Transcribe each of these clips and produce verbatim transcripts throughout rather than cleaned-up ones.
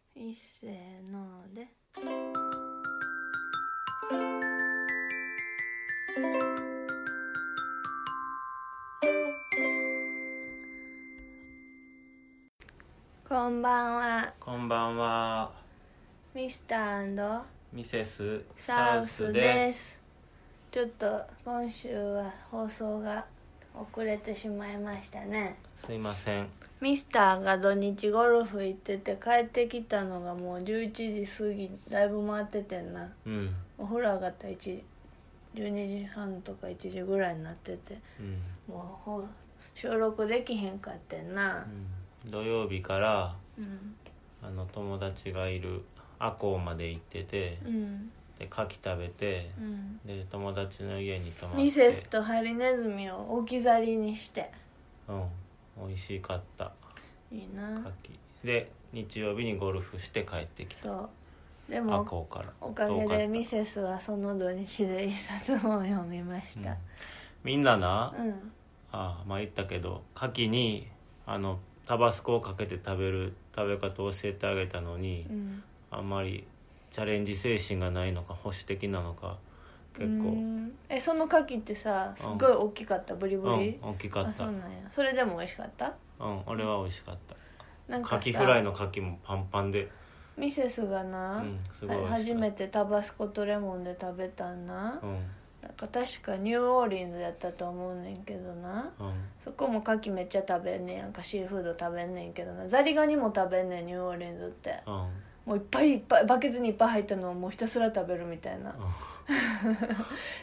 いっせーのでこんばんは。 こんばんは。 ミスター& ミセスサウスです。ちょっと今週は放送が遅れてしまいましたね。 すいません。 ミスターが土日ゴルフ行ってて帰ってきたのがもうじゅういちじ過ぎ、だいぶ回っててんな。 うんお風呂上がったらいちじゅうにじはんとかいちじぐらいになってて、 うん、 もうほ収録できへんかってんな。 うん、土曜日から、 うん、 あの友達がいる赤穂まで行ってて、 うん、 で牡蠣食べて、 うん、 で友達の家に泊まって、 ミセスとハリネズミを置き去りにして、 うん、美味しかった。 いいな。 牡蠣で日曜日にゴルフして帰ってきた。 そうでも赤穂からおかげでミセスはその土日で一冊本を読みました。 うん、みんなな、 うん、 ああまあ言ったけど牡蠣にあのタバスコをかけて食べる食べ方を教えてあげたのに、うん、あんまりチャレンジ精神がないのか保守的なのか結構。 うんえその牡蠣ってさすごい大きかった、うん、ブリブリ、 うん、大きかった。あ、 そうなんや。それでも美味しかった。 うん、俺は美味しかった。 なんか牡蠣フライの牡蠣もパンパンで、 ミセスがな、 うん、すごい美味しかった。 初めてタバスコとレモンで食べたんな、 うん、 なんか確かニューオーリンズやったと思うねんけどな、うん、そこも牡蠣めっちゃ食べんねんやんか。シーフード食べんねんけどな、ザリガニも食べんねんニューオーリンズって、うん、もういっぱいいっぱいバケツにいっぱい入ったのをもうひたすら食べるみたいな、うん、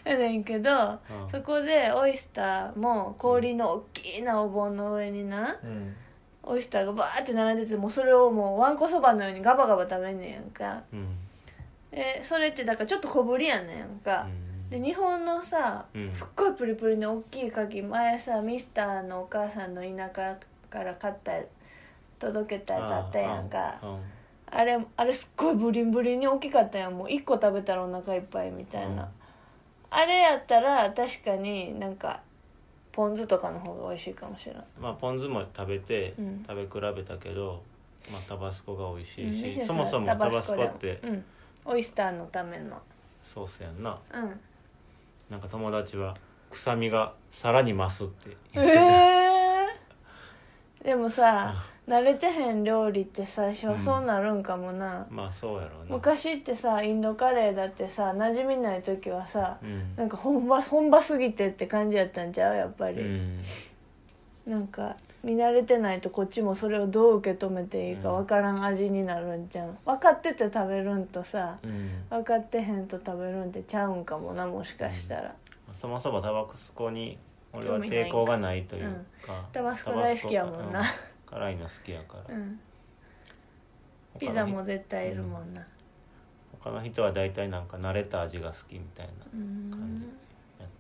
やねんけど、うん、そこでオイスターも氷の大きなお盆の上にな、うん、オイスターがバーって並んでて、もうそれをもうわんこそばのようにガバガバ食べんねんやんか、うん、えそれってだからちょっと小ぶりやねんやんか、うん、で日本のさ、うん、すっごいプリプリの大きい牡蠣、前さミスターのお母さんの田舎から買った届けたやつあったやんか、 あ, あ, あれあれすっごいブリンブリンに大きかったやん。もういっこ食べたらお腹いっぱいみたいな、うん、あれやったら確かになんかポン酢とかの方が美味しいかもしれない。 まあポン酢も食べて、うん、食べ比べたけど、まあ、タバスコが美味しいし、うん、そもそもタバスコって、 うん、オイスターのためのソースやんな、 うん、 なんか友達は臭みがさらに増すって言ってる、 えー、でもさ、うん、慣れてへん料理って最初はそうなるんかもな、 うん、まあそうやろうな。 昔ってさインドカレーだってさ馴染みない時はさ、うん、なんか本場本場すぎてって感じやったんちゃうやっぱり、うん、なんか見慣れてないとこっちもそれをどう受け止めていいか分からん味になるんちゃう。分かってて食べるんとさ、うん、分かってへんと食べるんってちゃうんかもな、もしかしたら、 うん、そもそもタバスコに俺は抵抗がないというか、 うん、タバスコ大好きやもんな、うん、 辛いの好きやから、うん、 ピザも絶対いるもんな、うん、 他の人は大体なんか慣れた味が好きみたいな感じやった。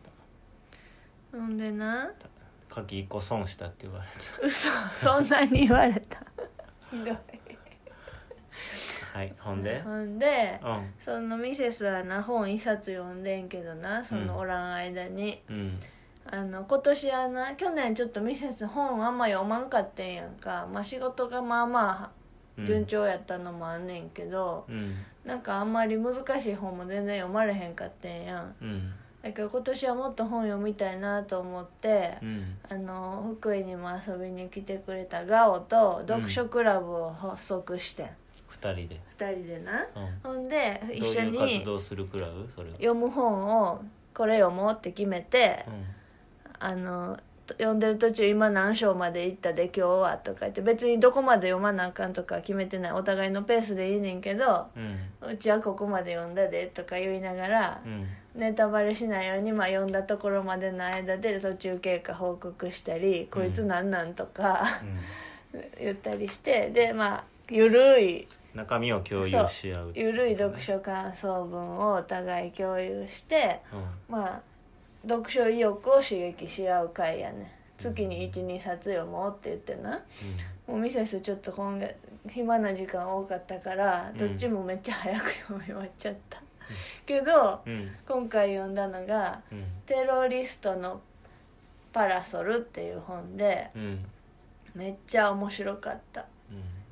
ほんでな牡蠣いっこ損したって言われた。 嘘、そんなに言われたひどいはい、ほんでほんで、うん、そのミセスはな本一冊読んでんけどな、そのおらん間に、うん、あの今年はな、去年ちょっとミセス本あんま読まんかってんやんか、まあ、仕事がまあまあ順調やったのもあんねんけど、うん、なんかあんまり難しい本も全然読まれへんかってんやん、うん、だけど今年はもっと本読みたいなと思って、うん、あの福井にも遊びに来てくれたガオと読書クラブを発足してん、うん、 ふたりでふたりでな、うん、ほんで一緒にどういう活動するクラブ？それ読む本をこれ読もうって決めて、うん、あの読んでる途中今何章まで行ったで今日はとか言って、別にどこまで読まなあかんとか決めてない、お互いのペースでいいねんけど、うん、うちはここまで読んだでとか言いながら、うん、ネタバレしないように、まあ、読んだところまでの間で途中経過報告したり、うん、こいつなんなんとか、うん、言ったりして、でまあゆるい中身を共有し合う、 ゆるい読書感想文をお互い共有して、うん、まあ読書意欲を刺激し合う会やね。月に いち,に 冊読もうって言ってな、うん、もうミセスちょっと今月暇な時間多かったから、どっちもめっちゃ早く読み終わっちゃった、うん、けど、うん、今回読んだのが、うん、テロリストのパラソルっていう本で、うん、めっちゃ面白かった、うん、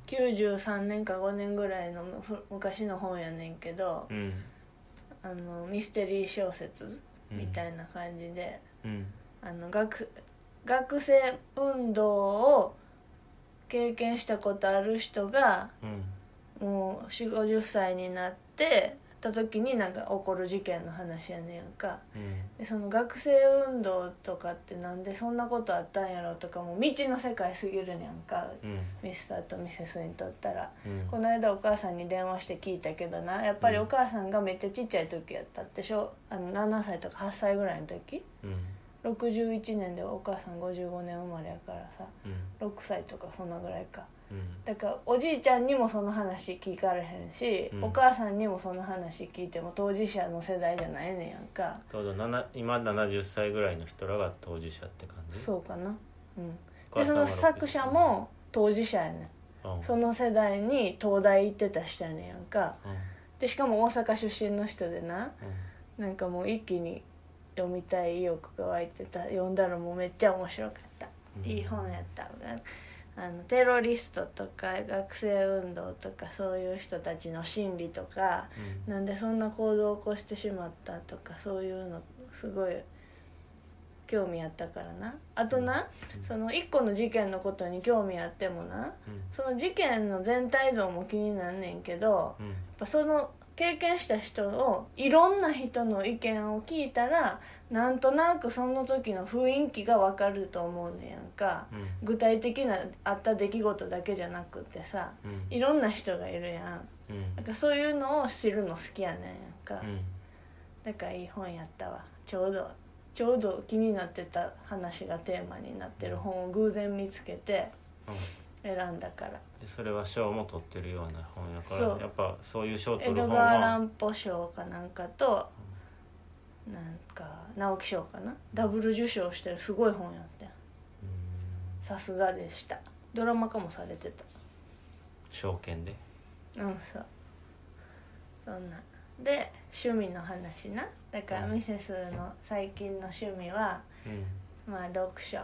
きゅうじゅうさんねんかごねんぐらいの昔の本やねんけど、うん、あのミステリー小説みたいな感じで、うん、あの 学, 学生運動を経験したことある人が、うん、もうよんじゅうごじゅっさいになってた時になんか起こる事件の話やねんやんか、うん、でその学生運動とかってなんでそんなことあったんやろとかもう未知の世界すぎるねんか、うん、ミスターとミセスにとったら、うん、この間お母さんに電話して聞いたけどな、やっぱりお母さんがめっちゃちっちゃい時やったってしょ、あのななさいとかはっさいぐらいの時、うん、ろくじゅういちねんでお母さんごじゅうごねん生まれやからさ、うん、ろくさいとかそんなぐらいか、うん、だからおじいちゃんにもその話聞かれへんし、うん、お母さんにもその話聞いても当事者の世代じゃないねんやんか。 ちょうど今ななじゅっさいぐらいの人らが当事者って感じ。 そうかな、うん、でその作者も当事者やねん、うん、その世代に東大行ってた人やねんやんか、うん、でしかも大阪出身の人でな、うん、なんかもう一気に読みたい意欲が湧いてた。読んだらもうめっちゃ面白かった、うん、いい本やった。あのテロリストとか学生運動とかそういう人たちの心理とか、うん、なんでそんな行動を起こしてしまったとかそういうのすごい興味あったからな。あとな、うん、その一個の事件のことに興味あってもな、うん、その事件の全体像も気になんねんけど、うん、やっぱその経験した人をいろんな人の意見を聞いたらなんとなくその時の雰囲気が分かると思うねやんか、うん、具体的なあった出来事だけじゃなくってさ、うん、いろんな人がいるやん、うん、だからそういうのを知るの好きやねんやんか、うん、だからいい本やったわ。ちょうどちょうど気になってた話がテーマになってる本を偶然見つけて選んだから、 でそれは賞も取ってるような本やから、やっぱそういう賞を取る本はエドガー・ランポ賞かなんかと、うん、なんか直木賞かな、ダブル受賞してるすごい本やってん。さすがでした。ドラマ化もされてた。 証券で。 うん、そう。そんなで趣味の話な。だからミセスの最近の趣味は、うん、まあ読書、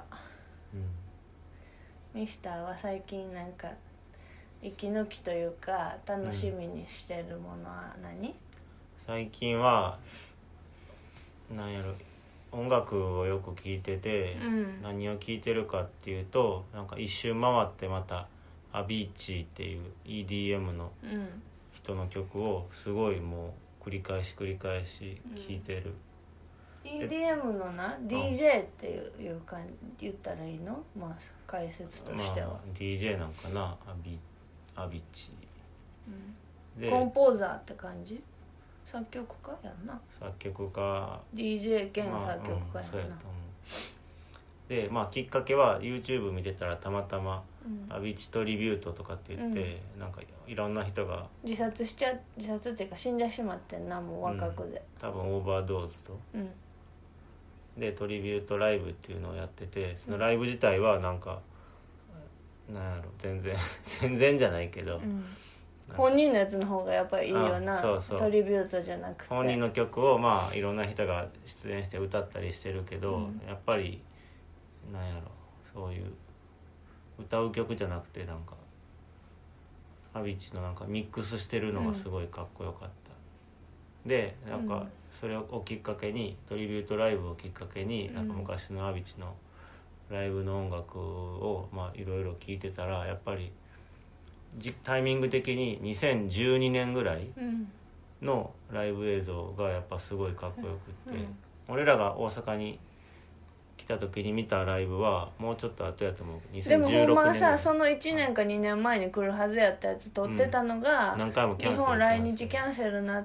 うん、ミスターは最近なんか息抜きというか楽しみにしてるものは何？うん、 最近はなんやろ、音楽をよく聴いてて、うん、何を聴いてるかっていうと、なんか一周回ってまたアビーチーっていう イーディーエム の人の曲をすごいもう繰り返し繰り返し聴いてる、 うん、イーディーエム のな ディージェー っていうか言ったらいいの？まあ解説としては、まあ、 ディージェー なんかな、アビアビチ、 うん、でコンポーザーって感じ？作曲家やんな。 作曲家ディージェー 兼作曲家やんな、まあうん、そうやと思う。でまあきっかけは YouTube 見てたらたまたま、うん、アビチトリビュートとかって言って、うん、なんかいろんな人が自殺しちゃ自殺っていうか死んでしまってんな、もう若くで、 うん、多分オーバードーズと、うん、でトリビュートライブっていうのをやってて、そのライブ自体はなんか、うん、なんやろ全然全然じゃないけど、うん、 本人のやつの方がやっぱりいいよな。そうそう、トリビュートじゃなくて本人の曲をまあいろんな人が出演して歌ったりしてるけど、うん、やっぱりなんやろ、そういう歌う曲じゃなくてなんかアビチのなんかミックスしてるのがすごいかっこよかった、うん、でなんかそれをきっかけに、トリビュートライブをきっかけに、うん、なんか昔のアビチのライブの音楽をまあいろいろ聴いてたら、やっぱりタイミング的ににせんじゅうにねんぐらいのライブ映像がやっぱすごいかっこよくって、うん、俺らが大阪に来た時に見たライブはもうちょっと後やと思う。にせんじゅうろくねん。 でもほんまさ、そのいちねんかにねんまえに来るはずやったやつ撮ってたのが、うん、何回もキャンセル、日本来日キャンセルになって、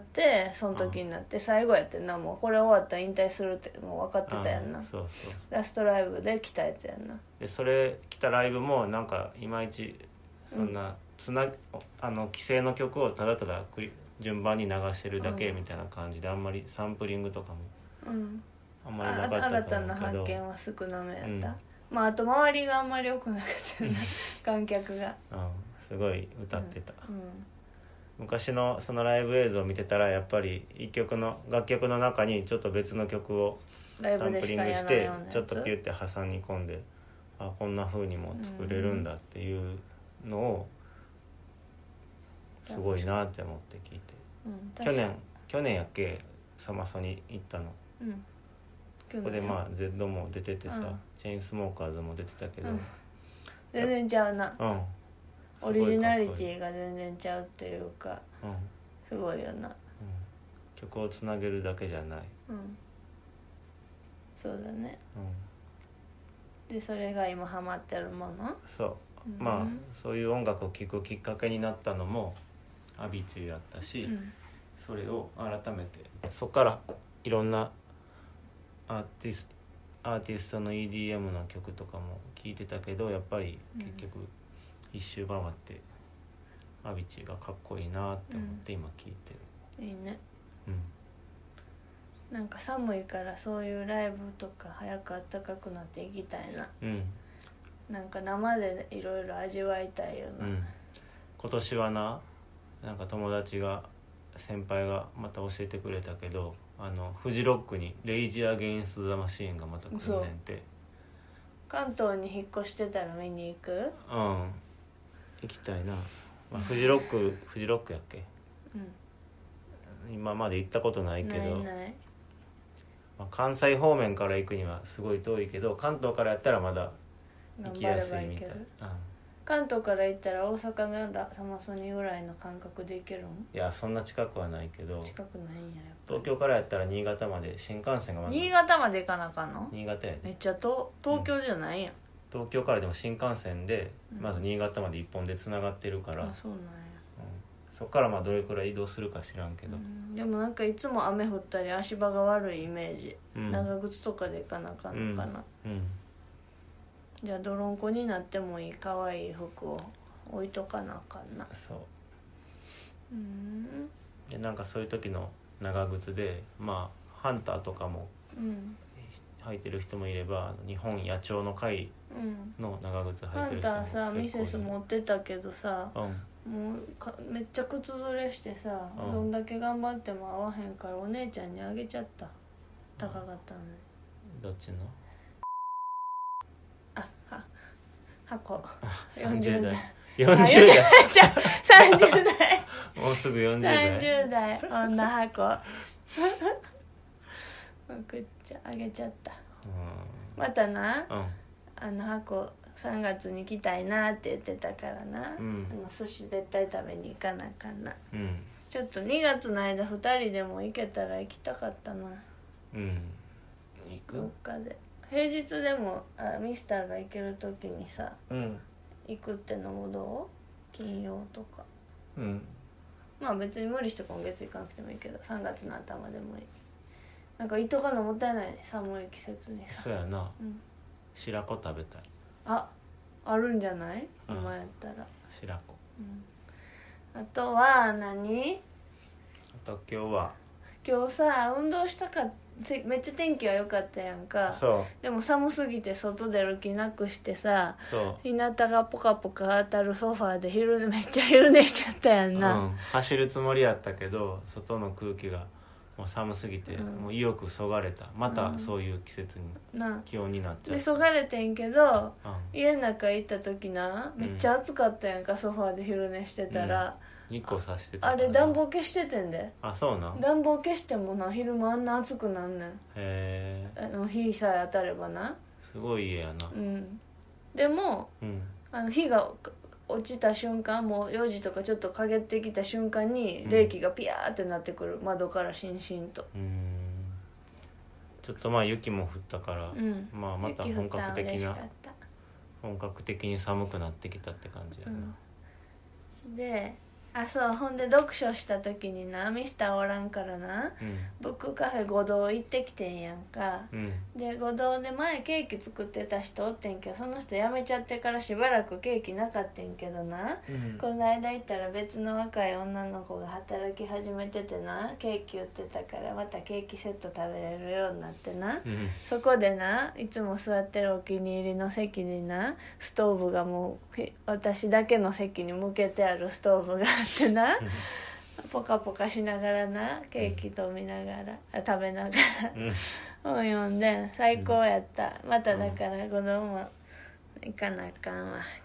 その時になって最後やってんな。もうこれ終わったら引退するってもう分かってたやんな。そうそう、ラストライブで来たやつやんな。 でそれ来たライブもなんかいまいちそんなつな、うん、あの既成の曲をただただ順番に流してるだけみたいな感じで、あんまりサンプリングとかも、うんあんまりなかったと思うけど、 新たな発見は少なめやった、うん、まああと周りがあんまり良くなかったな観客が、 うん、すごい歌ってた、うんうん、昔のそのライブ映像を見てたらやっぱり一曲の楽曲の中にちょっと別の曲をサンプリングしてちょっとピュッて挟み込んで、あこんな風にも作れるんだっていうのをすごいなって思って聞いて、 うん、 去年去年やっけサマソに行ったの、 うん、 ここでまあ Z も出ててさ、 うん、 チェーンスモーカーズも出てたけど、うん、 全然ちゃうな、 うん、 オリジナリティが全然ちゃうっていうか、 うん、 すごいよな、うん、 曲をつなげるだけじゃない、 うん、そうだね、 うん、 でそれが今ハマってるもの、 そう、うん、まあそういう音楽を聴くきっかけになったのもアビチューやったし、うん、それを改めてそっからいろんなアーティスト、アーティストの イーディーエム の曲とかも聴いてたけど、やっぱり結局一周回ってアビチューがかっこいいなって思って今聴いてる、うん、いいね、 うん、 なんか寒いからそういうライブとか早く暖かくなっていきたいな、 うん、 なんか生でいろいろ味わいたいよな、うん、 今年はな、なんか友達が先輩がまた教えてくれたけど、あのフジロックにレイジー・アゲインスト・ザ・マシーンがまた来るねんて。 関東に引っ越してたら見に行く？うん、 行きたいな、まあ、フジロックフジロックやっけ、うん、今まで行ったことないけど、 ないない、 まあ、関西方面から行くにはすごい遠いけど、関東からやったらまだ行きやすいみたい。 関東から行ったら大阪なんだサマソニぐらいの感覚で行けるん？ いやそんな近くはないけど、 近くないんや。 東京からやったら新潟まで新幹線がまだ、 新潟まで行かなあかんの？ 新潟やで、 めっちゃと東京じゃないやん、うん、 東京からでも新幹線でまず新潟まで一本でつながってるから、 うん、あそうなんや、 うん、そっからまあどれくらい移動するか知らんけど、うん、 でもなんかいつも雨降ったり足場が悪いイメージ、うん、長靴とかで行かなあかんのかな、うんうん、じゃあ泥んこになってもいい可愛い服を置いとかなあかんな。 そう、 うん、 でなんかそういう時の長靴でまあハンターとかも履いてる人もいれば、日本野鳥の会の長靴履いてる人も、 ハンターさミセス持ってたけどさ、うん、もうかめっちゃ靴ずれしてさ、うん、どんだけ頑張っても合わへんからお姉ちゃんにあげちゃった。高かったのに、 うん、どっちの？ あは箱さんじゅうだいよんじゅうだいさんじゅうだいもうすぐよんじゅうだいさんじゅうだい女箱送っちゃあげちゃった、うん、またな、うん、あの箱さんがつに来たいなって言ってたからな、うん、あの寿司絶対食べに行かなあかんな、うん、ちょっとにがつの間ふたりでも行けたら行きたかったな。 うん、行く？ どっかで平日でもあミスターが行ける時にさ、うん、行くってのもどう？金曜とか、うん、まあ別に無理して今月行かなくてもいいけどさんがつの頭でもいい。なんか行っとかのもったいないね、寒い季節にさ。 そうやな、うん、白子食べたい。 あ、あるんじゃない？今やったら白子、 うん、あとは何？ あと今日は今日さ運動したかった。めっちゃ天気は良かったやんか。そうでも寒すぎて外出る気なくしてさ、日向がポカポカ当たるソファーで昼めっちゃ昼寝しちゃったやんな、うん、 走るつもりやったけど外の空気がもう寒すぎて、うん、もう意欲そがれた。またそういう季節に、うん、気温になっちゃうでそがれてんけど、うん、家の中行った時なめっちゃ暑かったやんか、ソファーで昼寝してたら、 うん、日光さしてたあれ暖房消しててんで。 あ、そうなん。 暖房消してもな昼間あんな暑くなんねん。へえ。 あの日さえ当たればな。 すごい家やな。 うん。でも、うん、あの日が落ちた瞬間、もうよじとかちょっと陰ってきた瞬間に冷気がピヤーってなってくる、うん、窓からしんしんと。うん。 ちょっとまあ雪も降ったから、うん、まあまた本格的な本格的に寒くなってきたって感じやな。 うん、で。あ、そう、ほんで読書した時になミスターおらんからな、うん、ブックカフェ五道行ってきてんやんか、うん、で五道で前ケーキ作ってた人おってんけどその人辞めちゃってからしばらくケーキなかったんけどな、うん、この間行ったら別の若い女の子が働き始めててなケーキ売ってたからまたケーキセット食べれるようになってな、うん、そこでないつも座ってるお気に入りの席になストーブがもう私だけの席に向けてあるストーブがってなポカポカしながらなケーキと見ながら、うん、食べながら、うん、本読んで最高やった。まただから子供行かなあかんわ。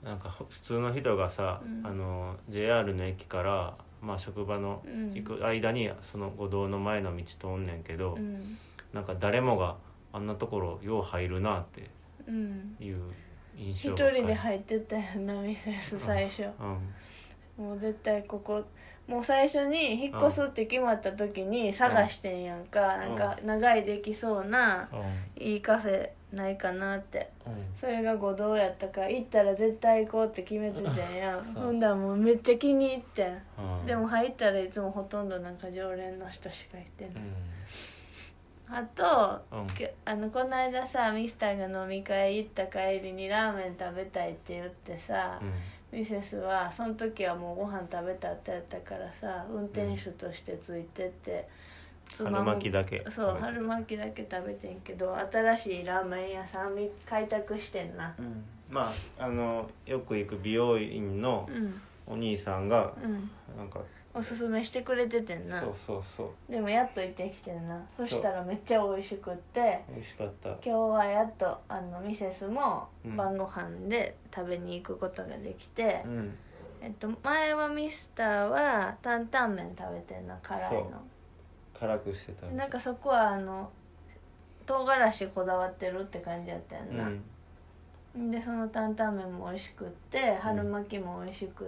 なんか普通の人がさ、うん、あの ジェイアール の駅から、まあ、職場の行く間にその歩道の前の道通んねんけど、うん、なんか誰もがあんなところよう入るなっていう印象が、 うん、一人で入ってたやんなミセス最初、うん、もう絶対ここもう最初に引っ越すって決まった時に探してんやんか、うん、なんか長いできそうな、うん、いいカフェないかなって、うん、それが五道やったから行ったら絶対行こうって決めてたんやほんだらもうめっちゃ気に入ってん、うん、でも入ったらいつもほとんどなんか常連の人しか行ってない、うん、あと、うん、あのこの間さミスターが飲み会行った帰りにラーメン食べたいって言ってさ、うん、ミセスはその時はもうご飯食べたってやったからさ運転手としてついてって、 うん、春巻きだけそう春巻きだけ食べてんけど新しいラーメン屋さん開拓してんな、うん、 まああのよく行く美容院のお兄さんが、うん、なんかおすすめしてくれててんな。 そうそうそうでもやっと行ってきてんな。そしたらめっちゃ美味しくって美味しかった。 今日はやっとあのミセスも晩ご飯で食べに行くことができて、うん、えっと前はミスターは担々麺食べてんな辛いの。 辛くしてた。 なんかそこはあの唐辛子こだわってるって感じやったよな、うん、でその担々麺も美味しくって春巻きも美味しくって、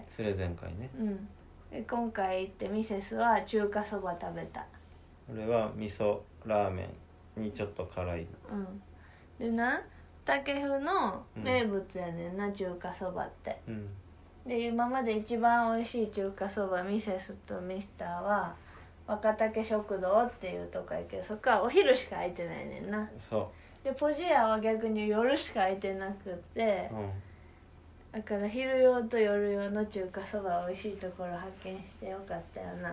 うん、それ前回ね、 うんで今回行ってミセスは中華そば食べた。 俺は味噌ラーメンにちょっと辛い、 うん、でな竹風の名物やねんな、うん、中華そばって、うん、で今まで一番美味しい中華そばミセスとミスターは若竹食堂っていうとこやけどそこはお昼しか空いてないねんな。 そうでポジ屋は逆に夜しか空いてなくて、うんだから昼用と夜用の中華そば美味しいところ発見してよかったよな、うん、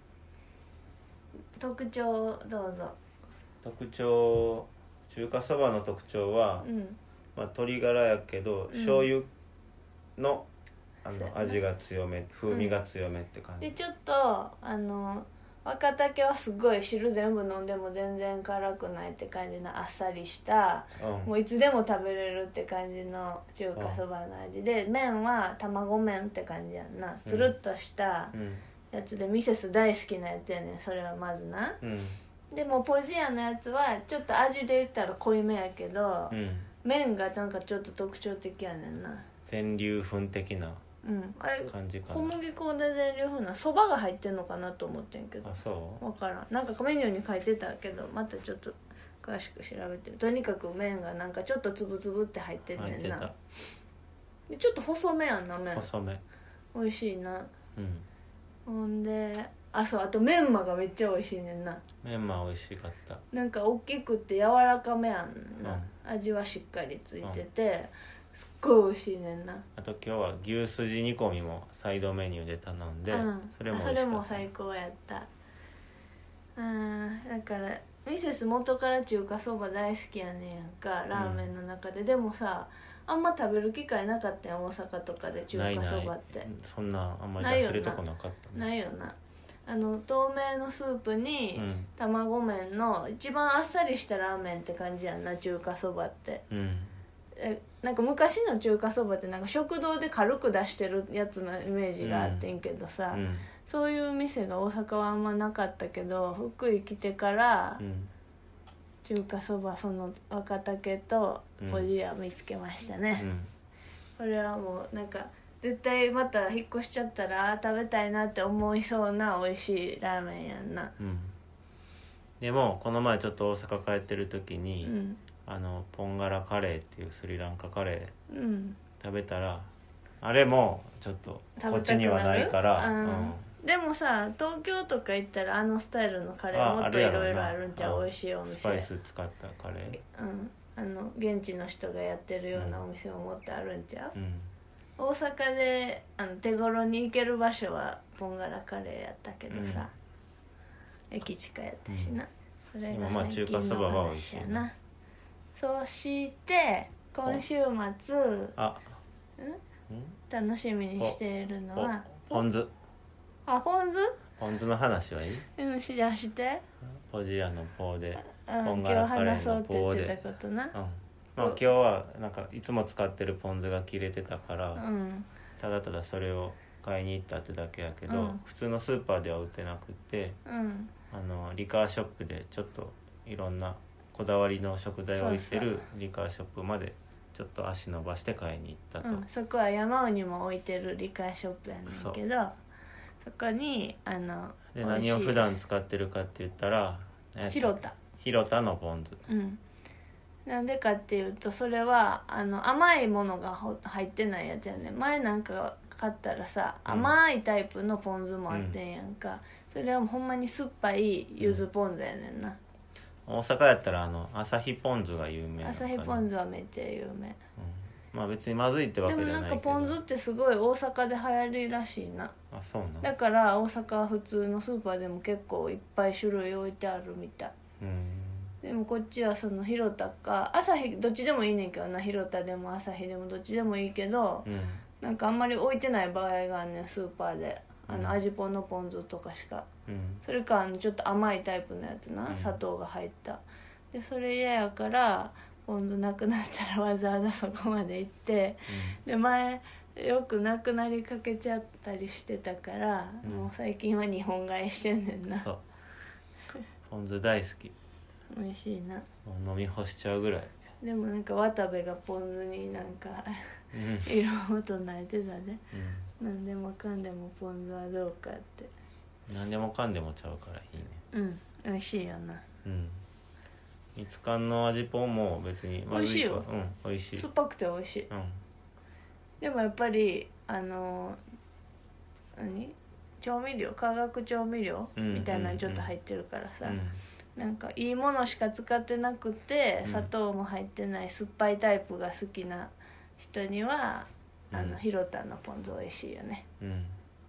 特徴どうぞ。 特徴中華そばの特徴は、うんまあ、鶏ガラやけど、うん、醤油の、 あの味が強め風味が強めって感じ、 うん、でちょっとあの若竹はすごい汁全部飲んでも全然辛くないって感じのあっさりした、うん、もういつでも食べれるって感じの中華そばの味で、うん、麺は卵麺って感じやんなつるっとしたやつで、うん、ミセス大好きなやつやねんそれはまずな、うん、でもポジアのやつはちょっと味で言ったら濃いめやけど、うん、麺がなんかちょっと特徴的やねんな全粒粉的なうん、あれ感じかな。 小麦粉で全粒粉なそばが入ってんのかなと思ってんけどあそう分からんなんかメニューに書いてたけどまたちょっと詳しく調べてるとにかく麺がなんかちょっとつぶつぶって入ってんねんなでちょっと細めやんな麺細め美味しいなうんほんであそうあとメンマがめっちゃ美味しいねんなメンマ美味しかったなんか大きくて柔らかめやんな、うん、味はしっかりついてて、うんすっごい美味しいねんなあと今日は牛すじ煮込みもサイドメニューで頼んで、うん、それも美味しかった。 それも最高やったうんだからミセス元から中華そば大好きやねんやんかラーメンの中で、うん、でもさあんま食べる機会なかったやん大阪とかで中華そばってないないそんなあんまり出せるとこなかったねないよなあの透明のスープに卵麺の一番あっさりしたラーメンって感じやんな中華そばってうんえなんか昔の中華そばってなんか食堂で軽く出してるやつのイメージがあってんけどさ、うん、そういう店が大阪はあんまなかったけど福井来てから中華そばその若竹とポジ屋見つけましたね、うん、これはもうなんか絶対また引っ越しちゃったら食べたいなって思いそうな美味しいラーメンやんな、うん、 でもこの前ちょっと大阪帰ってる時に、うんあのポンガラカレーっていうスリランカカレー、うん、食べたらあれもちょっとこっちにはないから、うん、 でもさ東京とか行ったらあのスタイルのカレーもっといろいろあるんちゃう美味しいお店スパイス使ったカレー、うん、あの現地の人がやってるようなお店ももっとあるんちゃう、うん、大阪であの手頃に行ける場所はポンガラカレーやったけどさ、うん、駅近やったしな、うん、それが最近の話やなそして今週末あん楽しみにしているのはポン酢あポン酢ポン酢の話はいいうんしやしてポジアのポーで、 うん、ポンガラカレーのポーで今日話そうって言ってたことな、うん、 まあ今日はなんかいつも使ってるポン酢が切れてたから、 うん、 ただただそれを買いに行ったってだけやけど、うん、普通のスーパーでは売ってなくて、 うん、 あのリカーショップでちょっといろんなこだわりの食材を置いてるリカーショップまでちょっと足伸ばして買いに行ったと、 うん、そこは山尾にも置いてるリカーショップやねんけど、 そ, そこにあので何を普段使ってるかって言ったら広田広田のポン酢、 うん、なんでかっていうとそれはあの甘いものが入ってないやつやねん。前なんか買ったらさ甘いタイプのポン酢もあってんやんか、うん、それはほんまに酸っぱい柚子ポン酢やねんな、 うん、大阪やったらあの旭ポン酢が有名なのかな。 旭ポン酢はめっちゃ有名、うん、 まあ別にまずいってわけじゃないけど、 でもなんかポン酢ってすごい大阪で流行りらしいな。 あ、そうなの。 だから大阪は普通のスーパーでも結構いっぱい種類置いてあるみたい。うん、でもこっちはその広田か旭どっちでもいいねんけどな、広田でも旭でもどっちでもいいけど、うん、なんかあんまり置いてない場合があんねんスーパーで、あの味ぽんのポン酢とかしか、うん、それかあのちょっと甘いタイプのやつな、うん、砂糖が入ったでそれ嫌やからポン酢なくなったらわざわざそこまで行って、うん、で前よくなくなりかけちゃったりしてたから、うん、もう最近は日本買いしてんねんな。 そうポン酢大好き。 美味しいな。 もう飲み干しちゃうぐらい。 でもなんか渡部がポン酢になんかいろんなこと泣いてたね、うん、何でもかんでもポン酢はどうかって。 何でもかんでもちゃうからいいね。 うん美味しいよな。 うんみつかんの味ぽんも別にまずいか、美味しいよ、 うん美味しい。 酸っぱくて美味しい、うん、でもやっぱりあの何調味料化学調味料みたいなのちょっと入ってるからさ、うんうんうんなんかいいものしか使ってなくて砂糖も入ってない酸っぱいタイプが好きな人には、うん、あの広田のポン酢美味しいよね、うん、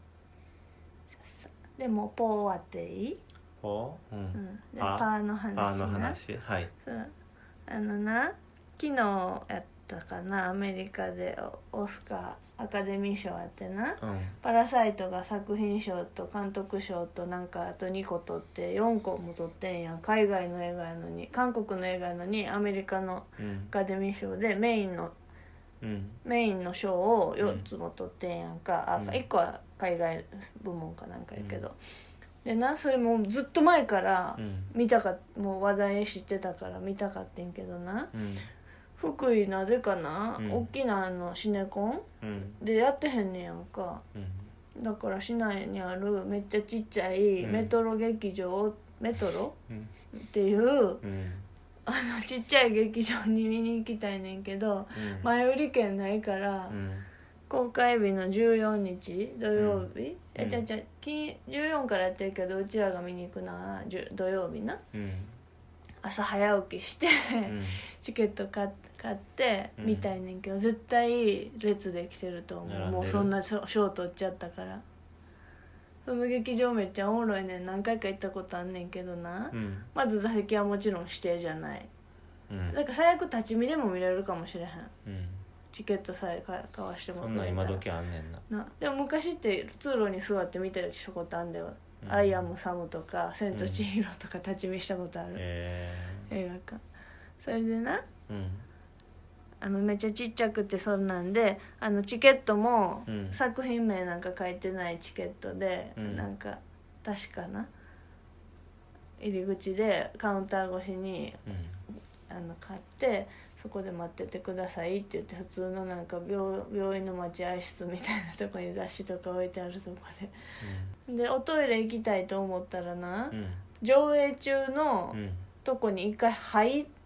でもポーはっていい？ ポー？うん、うん、 でパーの話な。 パーの話はいそうあのな昨日やったかなアメリカでオスカーアカデミー賞あってな、うん、パラサイトが作品賞と監督賞となんかあとにこ取ってよんこも取ってんやん。海外の映画やのに韓国の映画やのにアメリカのアカデミー賞でメインの、うん、メインの賞をよっつも取ってんやんか、うん、あいっこは海外部門かなんかやけど、うん、でなそれもずっと前から見たか、うん、もう話題知ってたから見たかってんけどな、うん福井なぜかな、うん、大きなあのシネコン、うん、でやってへんねやんか、うん、だから市内にあるめっちゃちっちゃいメトロ劇場、うん、メトロ、うん、っていう、うん、あのちっちゃい劇場に見に行きたいねんけど、うん、前売り券ないから、うん、公開日のじゅうよっか土曜日、うん、えちゃちゃじゅうよっかからやってるけどうちらが見に行くのは土曜日な、うん朝早起きして、うん、チケット買って見たいねんけど、うん、絶対列で来てると思う。もうそんな賞取っちゃったから。その劇場めっちゃおもろいねん。何回か行ったことあんねんけどな、うん、まず座席はもちろん指定じゃない、うん、だから最悪立ち見でも見れるかもしれへん、うん、チケットさえ買わしてもらえたら。 そんな今時あんねん な, なでも昔って通路に座って見たりしたことあんだよ。うん、アイアムサムとか千と千尋とか立ち見したことある、うんえー、映画館。それでな、うん、あのめっちゃちっちゃくてそんなんであのチケットも作品名なんか書いてないチケットで、うん、なんか確かな入り口でカウンター越しに、うん、あの買ってそこで待っててくださいって言って普通のなんか 病, 病院の待合室みたいなとこに雑誌とか置いてあるとこで、うん、でおトイレ行きたいと思ったらな、うん、上映中のとこに一回入って、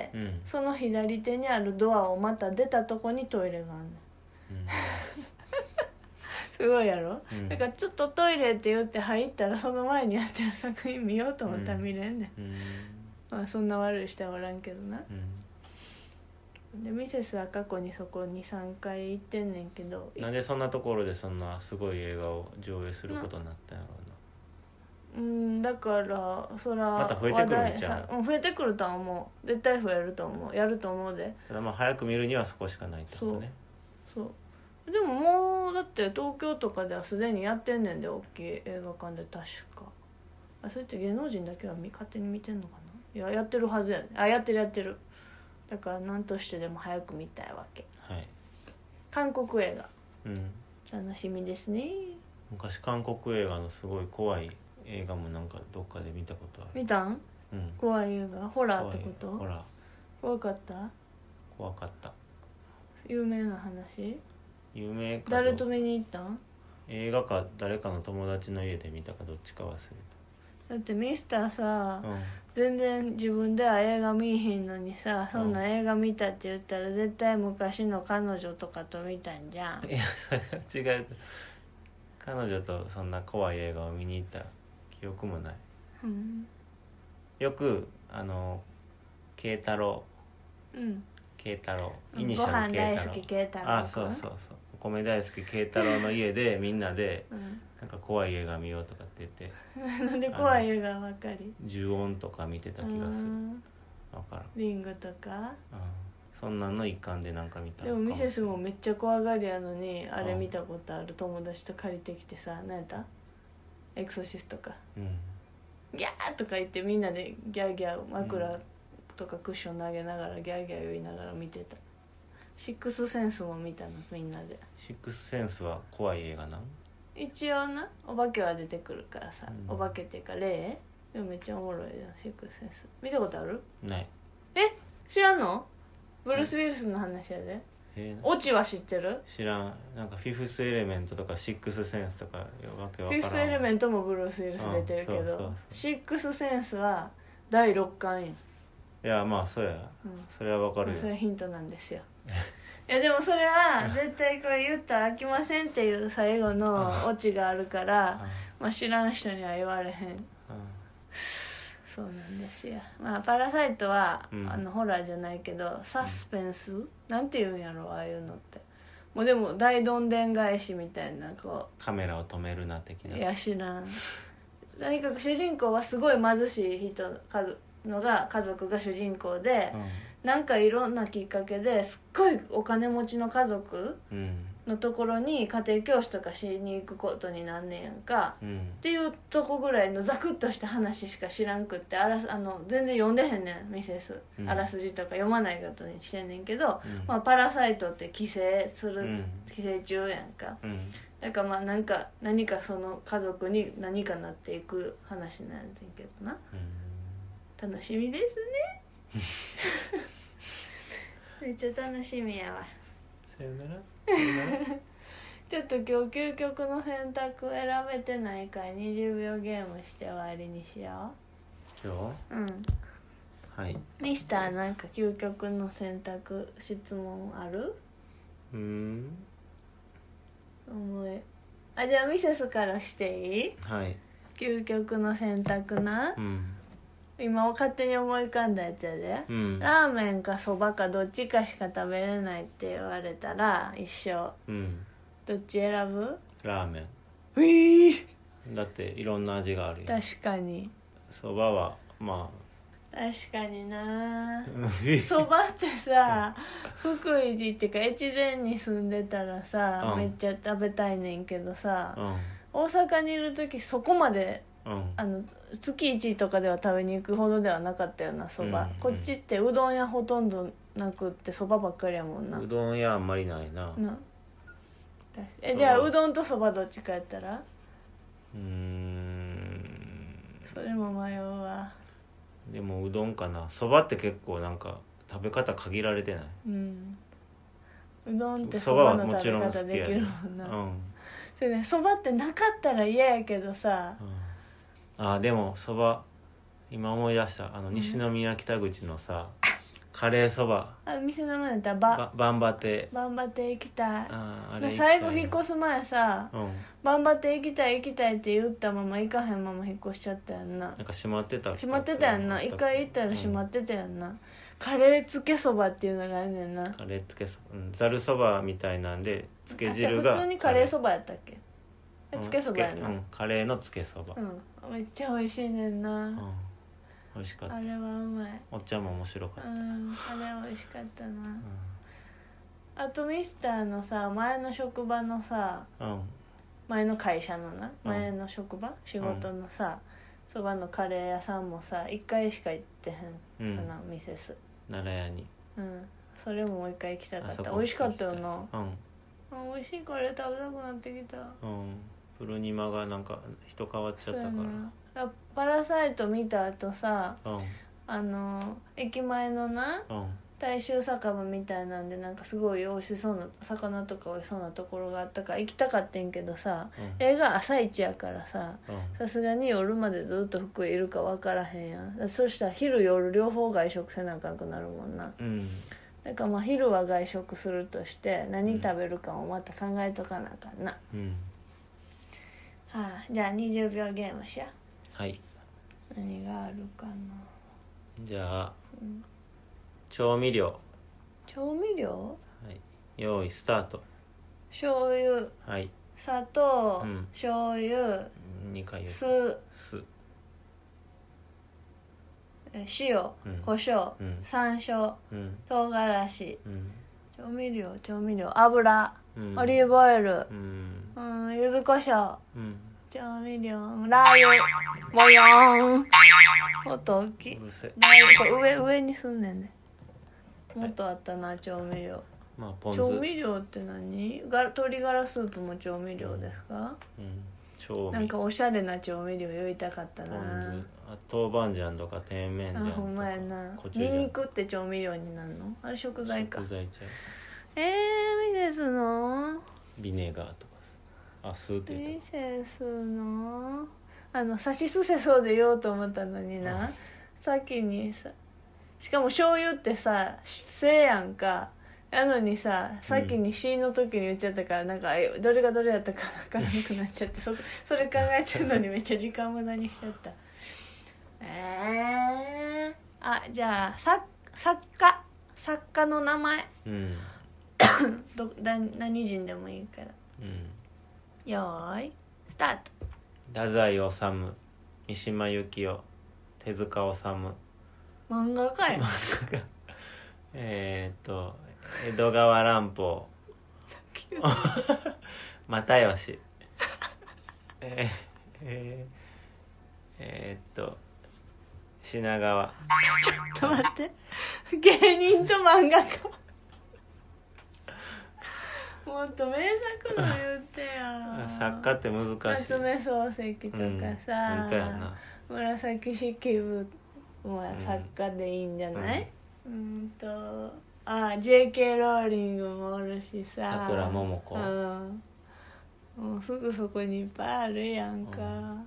うん、その左手にあるドアをまた出たとこにトイレがあるね、うんすごいやろ、うん、だからちょっとトイレって言って入ったらその前にやってる作品見ようと思ったら見れんねん、うんまあ、そんな悪い人はおらんけどな、うん、でミセスは過去にそこにさんかい行ってんねんけどなんでそんなところでそんなすごい映画を上映することになったんやろうな。 うんだからそらまた増えてくるんちゃう。 うん増えてくるとは思う。絶対増えると思う。やると思うで。 ただまあ早く見るにはそこしかないってことね。 そうそうでももうだって東京とかではすでにやってんねんで大きい映画館で確かあそれって芸能人だけは勝手に見てんのかないややってるはずやねあやってるやってるだから何としてでも早く見たいわけ。 はい。 韓国映画、 うん、 楽しみですね。 昔韓国映画のすごい怖い映画もなんかどっかで見たことある。 見たん？うん、怖い映画、ホラーってこと？ ホラー。 怖かった？ 怖かった。 有名な話？ 有名か。 誰と見に行ったん？ 映画か誰かの友達の家で見たかどっちか忘れた。 だってミスターさ、 うん、 全然自分では映画見えへんのにさ、そんな映画見たって言ったら絶対昔の彼女とかと見たんじゃん。 いやそれは違う。彼女とそんな怖い映画を見に行った記憶もない、 うん、 よくあの慶太郎、 うん、 慶太郎、 イニシャル慶太郎、ご飯大好き慶太郎、 あ、そうそうそう、お米大好き慶太郎の家でみんなで、うん、なんか怖い映画見ようとかって言ってなんで怖い映画ばっかり？ 呪音とか見てた気がする。分からん。 リングとか、うん、 そんなんの一環でなんか見た。 でもミセスもめっちゃ怖がりやのにあれ見たことある。友達と借りてきてさ、何やったエクソシストか、うん、ギャーとか言ってみんなでギャーギャー枕とかクッション投げながらギャーギャー言いながら見てた。シックスセンスも見たのみんなで。 シックスセンスは怖い映画なん？ 一応な、お化けは出てくるからさ、うん、お化けっていうか霊でもめっちゃおもろいじゃん。シックスセンス見たことある？ない。え、知らんの？ブルース・ウィルスの話やで。えー、オチは知ってる？知らん。なんかフィフスエレメントとかシックスセンスとかわけわからん。フィフスエレメントもブルース・ウィルス出てるけど、そうそうそう、シックスセンスはだいろっかんやん。いやまあそうや、うん、それはわかるよ。それヒントなんですよいやでもそれは絶対これ言ったら飽きませんっていう最後のオチがあるからまあ知らん人には言われへん。そうなんですよ。まあパラサイトは、うん、あのホラーじゃないけどサスペンス、うん、なんて言うんやろああいうのって。もうでも大どんでん返しみたいな、こうカメラを止めるな的な。いや知らん。とにかく主人公はすごい貧しい人のが家族が主人公で、うん、なんかいろんなきっかけですっごいお金持ちの家族のところに家庭教師とかしに行くことになんねんやんか、うん、っていうとこぐらいのザクッとした話しか知らんくって、あらあの全然読んでへんねんミセス、うん、あらすじとか読まないことにしてんねんけど、うん、まあ、パラサイトって寄生する、うん、寄生虫やんか、うん、だからまあなんか何かその家族に何かなっていく話なんやねんけどな、うん、楽しみですねめっちゃ楽しみやわ。さよならちょっと今日究極の選択選べてないからにじゅうびょうゲームして終わりにしよう。今日？うん。はい。ミスターなんか究極の選択質問ある？うーん。思い。あ、じゃあミセスからしていい？はい。究極の選択な。うん。今勝手に思い浮かんだやつやで、うん、ラーメンかそばかどっちかしか食べれないって言われたら一緒、うん、どっち選ぶ？ラーメン。えー、だっていろんな味があるよ。確かに。そばはまあ確かになそばってさ福井っていうか越前に住んでたらさ、うん、めっちゃ食べたいねんけどさ、うん、大阪にいる時そこまでうん、あの月いちとかでは食べに行くほどではなかったよなそば、うんうん、こっちってうどん屋ほとんどなくってそばばっかりやもんな。うどん屋あんまりないな。なえじゃあうどんとそばどっちかやったら？うーんそれも迷うわ。でもうどんかな。そばって結構なんか食べ方限られてない？うん、うどんってそばの食べ方できるもんな。それね、そばってなかったら嫌やけどさ、うん、あでもそば今思い出したあの西宮北口のさ、うん、カレーそばあ店の名前だったらばバンバテバンバテ行きたい。ああれ最後引っ越す前さ、うん、バンバテ行きたい行きたいって言ったまま行かへんまま引っ越しちゃったやんな。なんか閉まってた閉まってたやんな。一回行ったら閉まってたやんな、うん、カレーつけそばっていうのがあるねんな。カレーつけそば、うん、ざるそばみたいなんでつけ汁が普通にカレーそばやったっけ？つけそばやな、うん、カレーのつけそば、うん、めっちゃ美味しいねんな、うん、美味しかった。あれはうまい。お茶も面白かった、うん、あれは美味しかったな、うん、あとミスターのさ前の職場のさ、うん、前の会社のな前の職場、うん、仕事のさそばのカレー屋さんもさいっかいしか行ってへんかな、うん、ミセス奈良屋にうんそれももう一回行きたかった。美あそこ味しかったよな。 うんあ美味しいカレー食べたくなってきた。 うんプルニマがなんか人変わっちゃったから。 らパラサイト見た後さ、 うんあの駅前のなうん大衆酒場みたいなんでなんかすごい美味しそうな魚とか美味しそうなところがあったから行きたかったんけどさ、 うん映画朝一やからさうんさすがに夜までずっと福井いるか分からへんやん。そしたら昼夜両方外食せなあかんくなるもんな。 うんだからまあ昼は外食するとして何食べるかもまた考えとかなあかんな、 うんはあ、じゃあにじゅうびょうゲームしや。 はい何があるかな。 じゃあ、 うん、 調味料調味料はい用意スタート。 醤油はい砂糖、 うん、 醤油にかい言う酢酢塩、 うん、 胡椒、 うん、 山椒、 うん、 唐辛子、 うん、 調味料調味料油、 うん、 オリーブオイル、 うん、 うん、柚子胡椒、 うん、 調味料ラー油ボヨーン。音大きい。 うるせえ。 ラー油これ上上にすんねんね。もっとあったな調味料。 まあポン酢。 調味料って何？が鶏ガラスープも調味料ですか？ うん、調味なんかおしゃれな調味料言いたかったな。 ポン酢あ豆板醤とか甜麺あ醤とかほんまやな。 コチュジャンニンニクって調味料になるの？あれ食材か。 食材ちゃう。 えー、ミセスの？ ビネガーとかさあ酢って言ミったセスの？あのさしすせそうで言おうと思ったのにな。先にさしかも醤油ってさせやんか。なのにさ先に C の時に言っちゃったから、うん、なんかどれがどれやったか分からなくなっちゃってそ, それ考えてるのにめっちゃ時間無駄にしちゃったえー、あじゃあ作作家作家の名前うんどだ何人でもいいから、 うん、 よーいスタート。 太宰治、三島由紀夫、手塚治虫。 漫画かよえっと江戸川乱歩又吉えー、えー、えー、っと品川。 ちょっと待って芸人と漫画家もっと名作の言ってや作家って難しい。 夏目漱石とかさ、 うん、本当やな。 紫式部も作家でいいんじゃない？うん、うんとあ ジェーケー ローリングもおるしささくらももこ、 うん、もうすぐそこにいっぱいあるやんか、うん、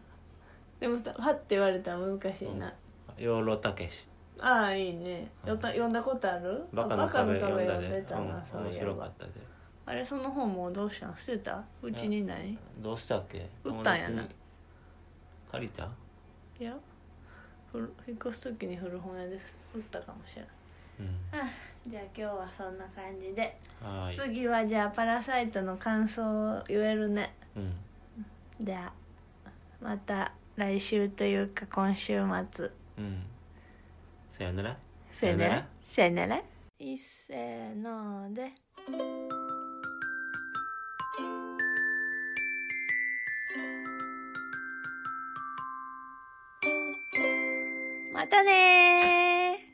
でもさはって言われたら難しいな。 養老たけし。 ああいいね。よた読んだことある？ バカの壁読んだで、 でたな、うん、 面白かったで。 あれその本もうどうしたん？捨てた？うちにない？ どうしたっけ？ 売ったんやな。 借りた？ いや引っ越す時に古本屋で売ったかもしれない、うん、あじゃあ今日はそんな感じで、はい次はじゃあパラサイトの感想を言えるね、うん、じゃあまた来週というか今週末、うん、 さよならさよならさよならいっせーのでまたねー。